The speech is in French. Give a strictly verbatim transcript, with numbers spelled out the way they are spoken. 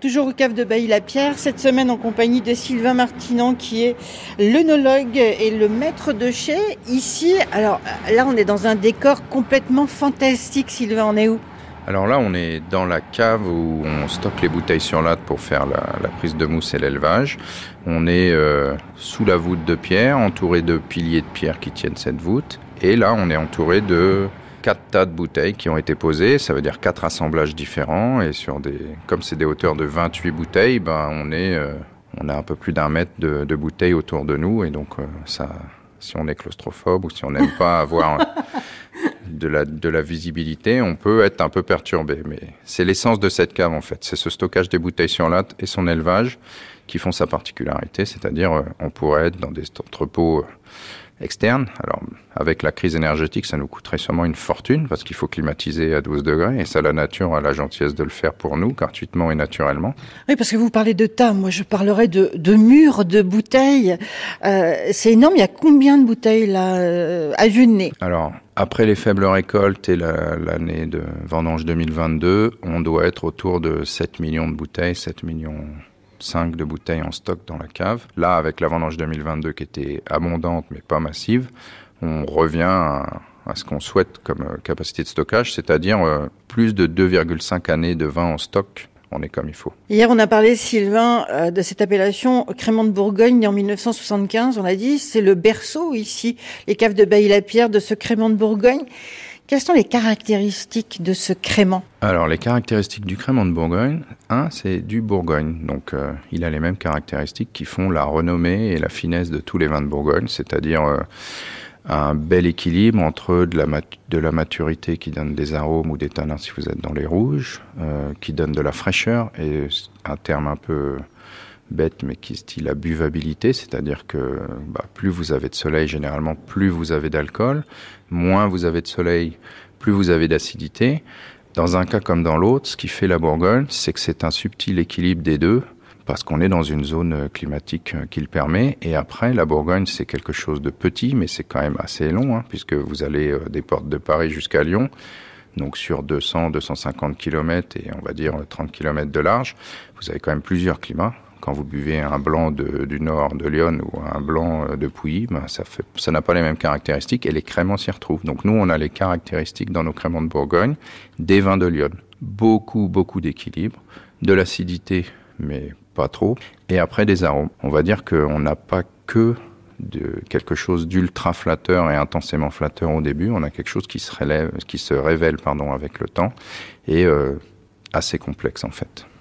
Toujours au cave de Bailly-la-Pierre, cette semaine en compagnie de Sylvain Martinand qui est l'œnologue et le maître de chai ici. Alors là, on est dans un décor complètement fantastique. Sylvain, on est où ? Alors là, on est dans la cave où on stocke les bouteilles sur latte pour faire la, la prise de mousse et l'élevage. On est euh, sous la voûte de pierre, entouré de piliers de pierre qui tiennent cette voûte. Et là, on est entouré de quatre tas de bouteilles qui ont été posées. Ça veut dire quatre assemblages différents. Et sur des, comme c'est des hauteurs de vingt-huit bouteilles, ben on est, euh, on a un peu plus d'un mètre de, de bouteilles autour de nous. Et donc, euh, ça, si on est claustrophobe ou si on n'aime pas avoir de la, de la visibilité, on peut être un peu perturbé. Mais c'est l'essence de cette cave, en fait. C'est ce stockage des bouteilles sur latte et son élevage qui font sa particularité. C'est-à-dire, euh, on pourrait être dans des entrepôts externe. Alors, avec la crise énergétique, ça nous coûterait sûrement une fortune parce qu'il faut climatiser à douze degrés et ça, la nature a la gentillesse de le faire pour nous, gratuitement et naturellement. Oui, parce que vous parlez de tas. Moi, je parlerais de, de murs de bouteilles. Euh, c'est énorme. Il y a combien de bouteilles, là, euh, à vue de nez ? Alors, après les faibles récoltes et la, l'année de vendange deux mille vingt-deux, on doit être autour de sept millions de bouteilles, sept millions cinq de bouteilles en stock dans la cave. Là, avec la vendange deux mille vingt-deux qui était abondante mais pas massive, on revient à, à ce qu'on souhaite comme capacité de stockage, c'est-à-dire euh, plus de deux virgule cinq années de vin en stock. On est comme il faut. Hier, on a parlé, Sylvain, euh, de cette appellation Crémant de Bourgogne, né en mille neuf cent soixante-quinze. On l'a dit, c'est le berceau ici, les caves de Bailly-la-Pierre, de ce Crémant de Bourgogne. Quelles sont les caractéristiques de ce crément ? Alors, les caractéristiques du crément de Bourgogne, un, c'est du Bourgogne. Donc, euh, il a les mêmes caractéristiques qui font la renommée et la finesse de tous les vins de Bourgogne, c'est-à-dire euh, un bel équilibre entre de la, mat- de la maturité qui donne des arômes ou des tanins si vous êtes dans les rouges, euh, qui donne de la fraîcheur et un terme un peu bête mais qui style la buvabilité, c'est-à-dire que bah, plus vous avez de soleil, généralement plus vous avez d'alcool, moins vous avez de soleil, plus vous avez d'acidité. Dans un cas comme dans l'autre, ce qui fait la Bourgogne, c'est que c'est un subtil équilibre des deux, parce qu'on est dans une zone climatique qui le permet. Et après, la Bourgogne, c'est quelque chose de petit, mais c'est quand même assez long, hein, puisque vous allez des portes de Paris jusqu'à Lyon, donc sur deux cents à deux cent cinquante kilomètres et on va dire trente kilomètres de large, vous avez quand même plusieurs climats. Quand vous buvez un blanc de, du nord de Lyon ou un blanc de Pouilly, ben ça, fait, ça n'a pas les mêmes caractéristiques et les créments s'y retrouvent. Donc nous, on a les caractéristiques dans nos créments de Bourgogne des vins de Lyon. Beaucoup, beaucoup d'équilibre, de l'acidité, mais pas trop, et après des arômes. On va dire qu'on n'a pas que de quelque chose d'ultra flatteur et intensément flatteur au début, on a quelque chose qui se, relève, qui se révèle pardon, avec le temps et euh, assez complexe en fait.